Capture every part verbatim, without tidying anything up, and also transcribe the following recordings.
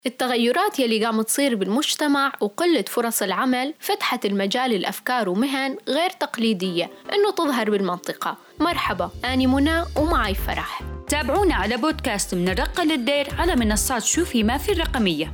التغيرات يلي قامت تصير بالمجتمع وقلة فرص العمل فتحت المجال الأفكار ومهن غير تقليدية إنه تظهر بالمنطقة. مرحبا، أنا منى ومعي فرح. تابعونا على بودكاست من الرقة للدير على منصات شوفي ما في الرقمية.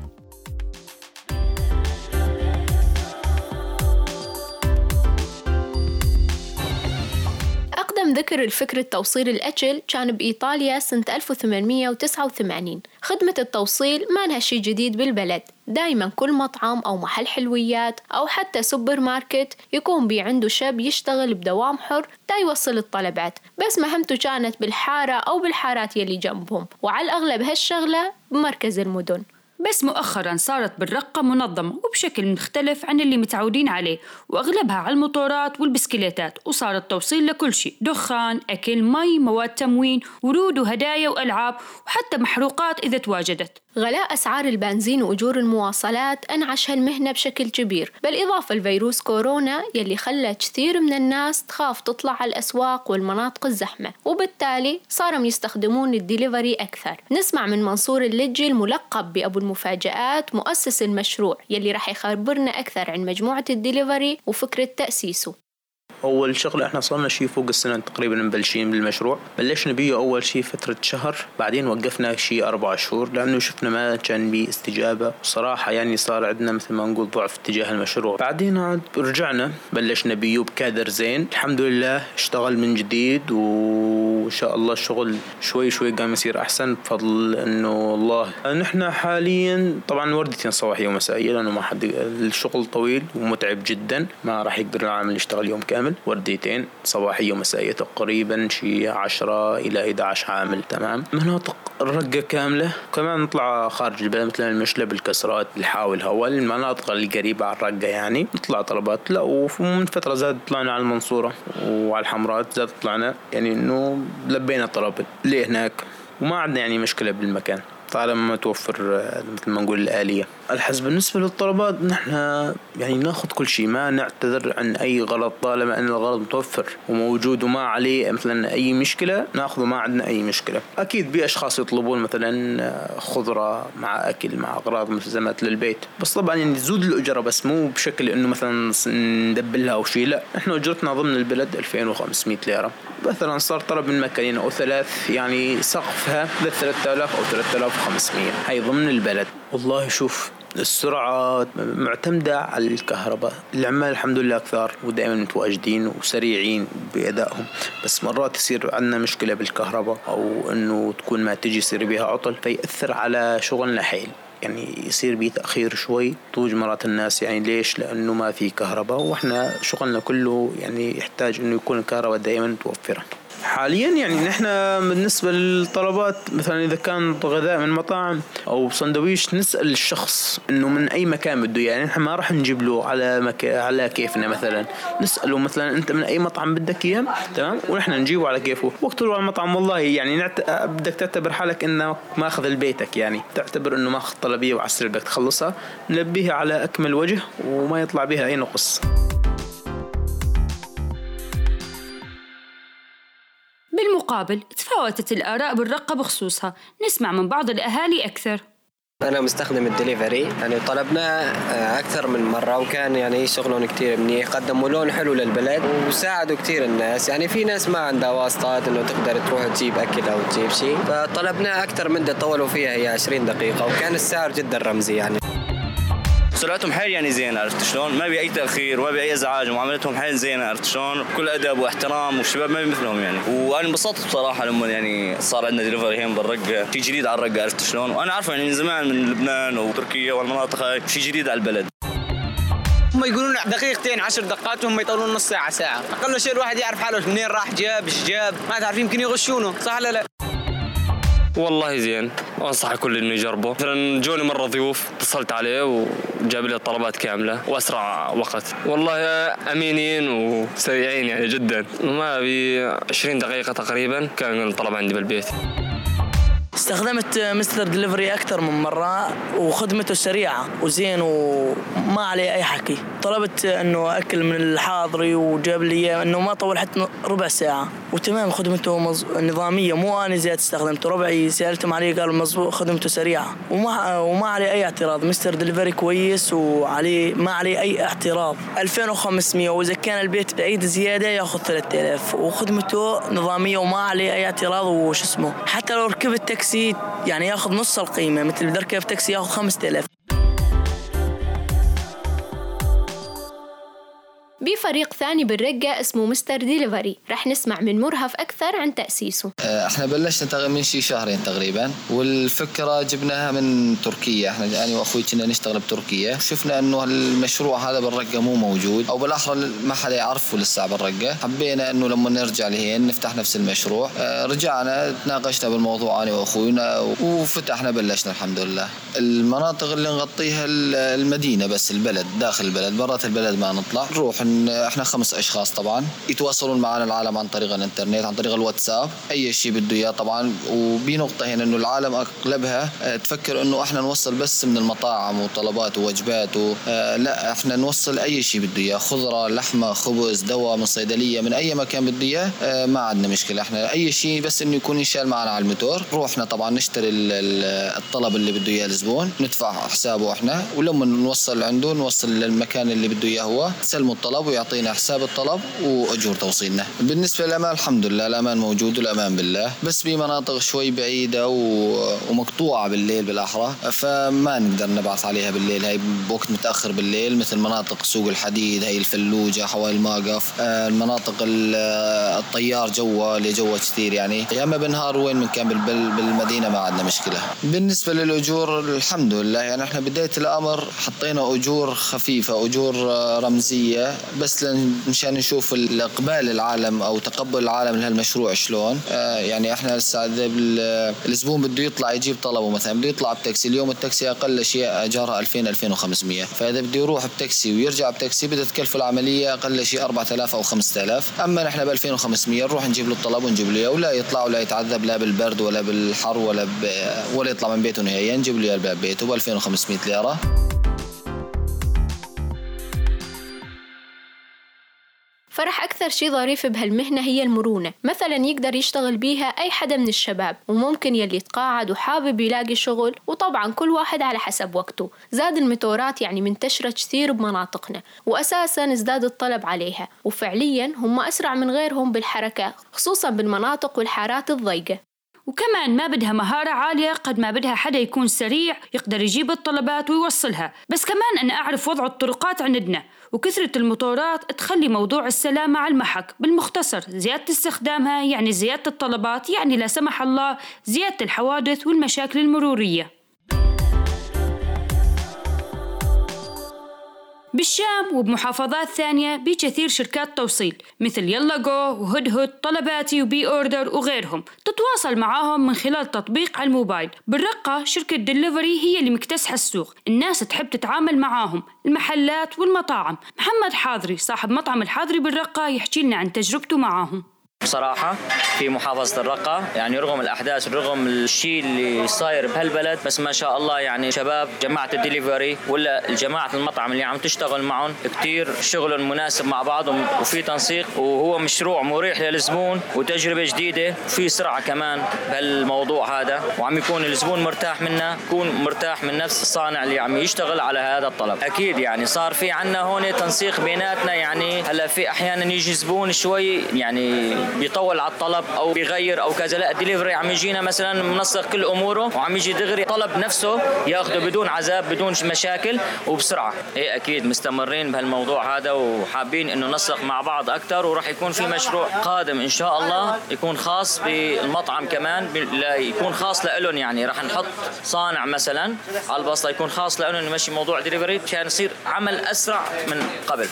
أقدم ذكر الفكرة توصيل الأكل كان بإيطاليا سنة ألف وثمانمية وتسعة وثمانين. خدمة التوصيل ما لها شي جديد بالبلد، دايما كل مطعم أو محل حلويات أو حتى سوبر ماركت يكون بي عنده شاب يشتغل بدوام حر تا يوصل الطلبات، بس مهمته كانت بالحارة أو بالحارات يلي جنبهم، وعلى الأغلب هالشغلة بمركز المدن. بس مؤخراً صارت بالرقة منظمة وبشكل مختلف عن اللي متعودين عليه، وأغلبها على الموتورات والبسكليتات، وصار التوصيل لكل شيء: دخان، أكل، مي، مواد تموين، ورود وهدايا وألعاب، وحتى محروقات إذا تواجدت. غلاء أسعار البنزين وأجور المواصلات أنعش هالمهنة بشكل كبير، بالإضافة لفيروس كورونا يلي خلى كثير من الناس تخاف تطلع على الأسواق والمناطق الزحمة، وبالتالي صاروا يستخدمون الدليفري أكثر. نسمع من منصور اللجي الملقب بأبو المفاجآت مؤسس المشروع يلي راح يخبرنا أكثر عن مجموعة الدليفري وفكرة تأسيسه. أول شغلة إحنا صارنا شيء فوق السنة تقريبا مبلشين بالمشروع. بلشنا بيه أول شيء فترة شهر، بعدين وقفنا شيء أربع شهور لأنه شفنا ما كان بيه استجابة، وصراحة يعني صار عندنا مثل ما نقول ضعف اتجاه المشروع. بعدين عاد رجعنا بلشنا بيه بكادر زين، الحمد لله اشتغل من جديد، وإن شاء الله الشغل شوي شوي قام يصير أحسن بفضل إنه الله. نحن حاليا طبعا وردتين صباحية ومسائية لأنه ما حد، الشغل طويل ومتعب جدا، ما راح يقدر العامل يشتغل يوم كامل. ورديتين صباحية ومسائية تقريبا شي عشرة إلى إحدى عشر عامل. تمام. مناطق الرقة كاملة، كمان نطلع خارج البلد مثل المشلة بالكسرات، الحاول هوا المناطق القريبة على الرقة يعني نطلع طلبات. لا ومن فترة زاد طلعنا على المنصورة وعلى الحمرات، زاد طلعنا يعني إنه لبينا طلب اللي هناك، وما عندنا يعني مشكلة بالمكان طالما ما توفر مثل ما نقول الآلية. الحسب بالنسبة للطلبات نحن يعني ناخذ كل شيء، ما نعتذر عن أي غلط طالما أن الغلط متوفر وموجود وما عليه مثلا أي مشكلة ناخذه، ما عندنا أي مشكلة. أكيد بأشخاص يطلبون مثلا خضرة مع أكل مع أغراض ملزمات للبيت، بس طبعا يعني نزود الأجرة، بس مو بشكل إنه مثلا ندبلها أو شيء. لا، نحن أجرتنا ضمن البلد ألفين وخمسمية ليرة. مثلا صار طلب من مكانين أو ثلاث يعني سقفها ثلاثة آلاف أو ثلاثة آلاف وخمسمية، هاي ضمن البلد. والله شوف، السرعة معتمدة على الكهرباء. العمال الحمد لله كثار ودائما متواجدين وسريعين بأدائهم، بس مرات يصير عندنا مشكلة بالكهرباء أو إنه تكون ما تجي يصير بها عطل فيأثر على شغلنا حيل، يعني يصير بيه تأخير شوي. طوج مرات الناس يعني ليش؟ لأنه ما في كهرباء، وإحنا شغلنا كله يعني يحتاج إنه يكون الكهرباء دائما متوفرة. حاليا يعني نحن بالنسبة للطلبات مثلا إذا كان غذاء من مطاعم أو سندويش نسأل الشخص إنه من أي مكان بده، يعني نحن ما راح نجيب له على مك... على كيفنا، مثلا نسأله مثلا أنت من أي مطعم بدك إياه، تمام، ونحن نجيبه على كيفه. وقت على المطعم والله يعني نعت... بدك تعتبر حالك إنه ماخذ البيتك، يعني تعتبر إنه ماخذ طلبية وعسر بدك تخلصها، نلبيها على أكمل وجه وما يطلع بها أي نقص. بالمقابل تفاوتت الآراء بالرقة بخصوصها، نسمع من بعض الأهالي أكثر. أنا مستخدم الدليفري، يعني طلبنا أكثر من مرة وكان يعني شغلهم كتير منيح، قدموا لون حلو للبلد وساعدوا كتير الناس. يعني في ناس ما عندها واسطات إنه تقدر تروح تجيب أكل أو تجيب شيء، فطلبنا أكثر مدة طولوا فيها هي عشرين دقيقة، وكان السعر جدا رمزي. يعني سرعتهم حيل يعني زين، عرفت شلون؟ ما بي أي تأخير وما بي أي إزعاج، ومعاملتهم حيل زينة، عرفت شلون؟ كل أدب واحترام، والشباب ما بيمثلهم يعني. وأنا انبسطت بصراحة لما يعني صار عندنا دليفري هين بالرقة، شيء جديد على الرقة، عرفت شلون؟ وأنا عارفه يعني من زمان من لبنان وتركيا والمناطق هاي شيء جديد على البلد. هم يقولون دقيقتين عشر دقات وهم يطولون نص ساعة ساعة. أقل شيء الواحد يعرف حاله منين راح، جاب إيش جاب، ما تعرف يمكن يغشونه، صح ولا لا؟ والله زين، وأنصح كل إنه يجربه. مثلا جوني مرة ضيوف اتصلت عليه وجاب لي الطلبات كاملة وأسرع وقت. والله أمينين وسريعين يعني جدا، ما بي عشرين دقيقة تقريبا كان الطلب عندي بالبيت. استخدمت مستر دليفري أكثر من مرة وخدمته سريعة وزين وما عليه أي حكي. طلبت إنه أكل من الحاضري وجاب لي إنه ما طول حتى ربع ساعة. وتمام خدمته مز... نظامية، مو أنا زيادة استخدمته، ربعي سألتهم عليه قالوا مظبوط خدمته سريعة وما وما عليه أي اعتراض. مستر دليفري كويس وعليه ما عليه أي اعتراض. ألفين وخمسمية وإذا كان البيت بعيد زيادة يأخذ ثلاثة آلاف وخدمته نظامية وما عليه أي اعتراض. وش اسمه حتى لو ركبت تاكسي يعني يأخذ نص القيمة، مثل بدي أركب تاكسي يأخذ خمسة آلاف. بفريق ثاني بالرقة اسمه مستر ديليفري، رح نسمع من مرهف أكثر عن تأسيسه. احنا بلشنا من شي شهرين تقريبا، والفكرة جبناها من تركيا. احنا أنا وأخوي كنا نشتغل بتركيا، شفنا إنه المشروع هذا بالرقة مو موجود أو بالأحرى ما حدا يعرفه لسه بالرقة. حبينا إنه لما نرجع لهين نفتح نفس المشروع. رجعنا تناقشنا بالموضوع أنا وأخوينا وفتحنا بلشنا الحمد لله. المناطق اللي نغطيها المدينة بس، البلد داخل البلد، برات البلد ما نطلع. نروح احنا خمس اشخاص طبعا يتواصلون معنا العالم عن طريق الانترنت، عن طريق الواتساب، اي شيء بده اياه طبعا. وبنقطه هنا انه العالم اغلبها تفكر انه احنا نوصل بس من المطاعم وطلبات ووجبات و... لا، احنا نوصل اي شيء بده اياه، خضره، لحمه، خبز، دواء من صيدليه، من اي مكان بده اياه. ما عندنا مشكله، احنا اي شيء بس انه يكون ينشال معنا على الموتور. روحنا طبعا نشتري الطلب اللي بده اياه الزبون، ندفع حسابه احنا، ولما نوصل عنده نوصل للمكان اللي بده اياه هو، سلموا الطلب ويعطينا حساب الطلب وأجور توصيلنا. بالنسبة للأمان الحمد لله الأمان موجود والأمان بالله، بس بمناطق شوي بعيدة ومقطوعة بالليل بالأحرى فما نقدر نبعث عليها بالليل، هاي بوقت متأخر بالليل، مثل مناطق سوق الحديد، هاي الفلوجة، حوالي الماقف، المناطق الطيار جوا اللي جوا كثير يعني. أما بالنهار وين من كان بالمدينة ما عندنا مشكلة. بالنسبة للأجور الحمد لله يعني احنا بداية الأمر حطينا أجور خفيفة، أجور رمزية، بس مشان نشوف الإقبال العالم أو تقبل العالم لهالمشروع شلون. آه يعني إحنا لسه الزبون بده يطلع يجيب طلبه، مثلا بده يطلع بتاكسي، اليوم التاكسي أقل شيء أجارها ألفين ألفين وخمسمية، فإذا بده يروح بتاكسي ويرجع بتاكسي بدها تكلف العملية أقل شيء أربعة آلاف أو خمسة آلاف. أما نحن ب ألفين وخمسمية نروح نجيب له الطلب ونجيب له إياه، ولا يطلع ولا يتعذب لا بالبرد ولا بالحر ولا ب... ولا يطلع من بيته نهائيا، نجيب له إياه ببيته ب ألفين وخمسمية ليرة. فرح أكثر شي ظريف بهالمهنة هي المرونة، مثلا يقدر يشتغل بيها أي حدا من الشباب، وممكن يلي يتقاعد وحابب يلاقي شغل، وطبعا كل واحد على حسب وقته. زاد الموتورات يعني منتشرة كثير بمناطقنا، وأساسا ازداد الطلب عليها، وفعليا هم أسرع من غيرهم بالحركة، خصوصا بالمناطق والحارات الضيقة. وكمان ما بدها مهارة عالية قد ما بدها حدا يكون سريع يقدر يجيب الطلبات ويوصلها. بس كمان أنا أعرف وضع الطرقات عندنا، وكثرة المطورات تخلي موضوع السلامة على المحك. بالمختصر زيادة استخدامها يعني زيادة الطلبات، يعني لا سمح الله زيادة الحوادث والمشاكل المرورية. بالشام وبمحافظات ثانية بكثير شركات توصيل مثل يلا جو وهدهد، طلباتي وبي أوردر وغيرهم، تتواصل معاهم من خلال تطبيق على الموبايل. بالرقة شركة دليفري هي اللي مكتسحة السوق، الناس تحب تتعامل معاهم، المحلات والمطاعم. محمد حاضري صاحب مطعم الحاضري بالرقة يحكي لنا عن تجربته معاهم. بصراحة في محافظة الرقة يعني رغم الأحداث رغم الشيء اللي صاير بهالبلد، بس ما شاء الله يعني شباب جماعة الدليفري ولا الجماعة المطعم اللي عم تشتغل معهم كتير شغل مناسب مع بعضهم، وفي تنسيق، وهو مشروع مريح للزبون وتجربة جديدة، وفي سرعة كمان بهالموضوع هذا، وعم يكون الزبون مرتاح منه، يكون مرتاح من نفس الصانع اللي عم يشتغل على هذا الطلب. أكيد يعني صار في عنا هون تنسيق بيناتنا، يعني هلا في أحيانا يجي زبون شوي يعني بيطول على الطلب او بيغير او كذا، لا الدليفري عم يجينا مثلا منسق كل اموره وعم يجي دغري طلب نفسه ياخذه بدون عذاب بدون مشاكل وبسرعه. ايه اكيد مستمرين بهالموضوع هذا وحابين انه ننسق مع بعض اكثر، وراح يكون في مشروع قادم ان شاء الله يكون خاص بالمطعم كمان، لا يكون خاص لهم، يعني راح نحط صانع مثلا على البسطه يكون خاص لهم نمشي موضوع دليفري عشان يصير عمل اسرع من قبل.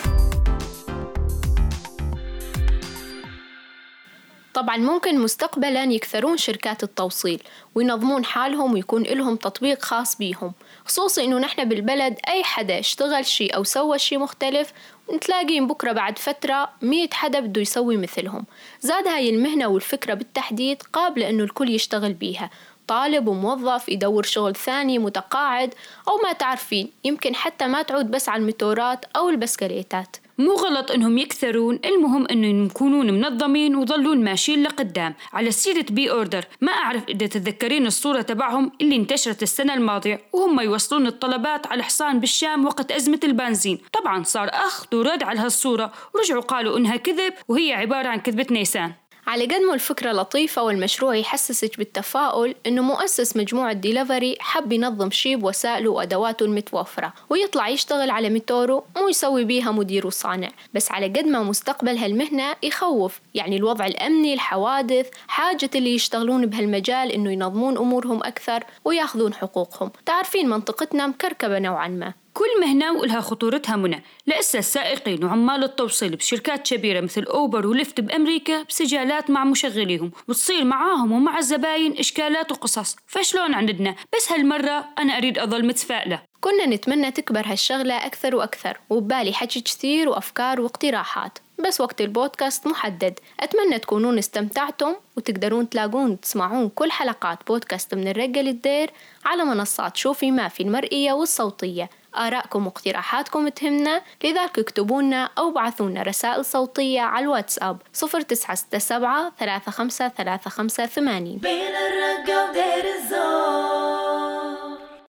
طبعا ممكن مستقبلا يكثرون شركات التوصيل وينظمون حالهم ويكون لهم تطبيق خاص بيهم، خصوصا انه نحن بالبلد اي حدا اشتغل شيء او سوى شيء مختلف نتلاقي بكرة بعد فترة مية حدا بده يسوي مثلهم. زاد هاي المهنة والفكرة بالتحديد قابلة انه الكل يشتغل بيها، طالب وموظف يدور شغل ثاني، متقاعد، او ما تعرفين يمكن حتى ما تعود بس على الموتورات او البسكليتات. مو غلط إنهم يكثرون، المهم إنهم يكونون منظمين ويظلون ماشيين لقدام. على سيرة بي أوردر، ما أعرف إذا تتذكرين الصورة تبعهم اللي انتشرت السنة الماضية وهم يوصلون الطلبات على حصان بالشام وقت أزمة البنزين. طبعا صار أخذ ورد على هالصورة ورجعوا قالوا إنها كذب وهي عبارة عن كذبة نيسان. على قد ما الفكرة لطيفة والمشروع يحسسك بالتفاؤل، إنه مؤسس مجموعة ديليفري حب ينظم شي بوسائله وأدواته المتوفرة ويطلع يشتغل على ميتورو، مو يسوي بيها مدير وصانع. بس على قد ما مستقبل هالمهنة يخوف، يعني الوضع الأمني، الحوادث، حاجة اللي يشتغلون بهالمجال إنه ينظمون أمورهم أكثر وياخذون حقوقهم. تعرفين منطقتنا مكركبة نوعا ما. كل مهنة ولها خطورتها منى. لسه السائقين وعمال التوصيل بشركات كبيرة مثل أوبر وليفت بأمريكا بسجالات مع مشغليهم، وتصير معاهم ومع الزباين إشكالات وقصص. فشلون عندنا؟ بس هالمرة أنا أريد أظل متفائلة. كنا نتمنى تكبر هالشغلة أكثر وأكثر، وببالي حكي كثير وأفكار واقتراحات، بس وقت البودكاست محدد. أتمنى تكونون استمتعتم وتقدرون تلاقون تسمعون كل حلقات بودكاست من الرقة للدير على منصات شوفي ما في المرئية والصوتية. آراءكم واقتراحاتكم تهمنا، لذلك اكتبونا أو بعثونا رسائل صوتية على الواتساب صفر تسعة ستة سبعة ثلاثة خمسة ثلاثة خمسة ثمانين. بين الرقة ودير الزور.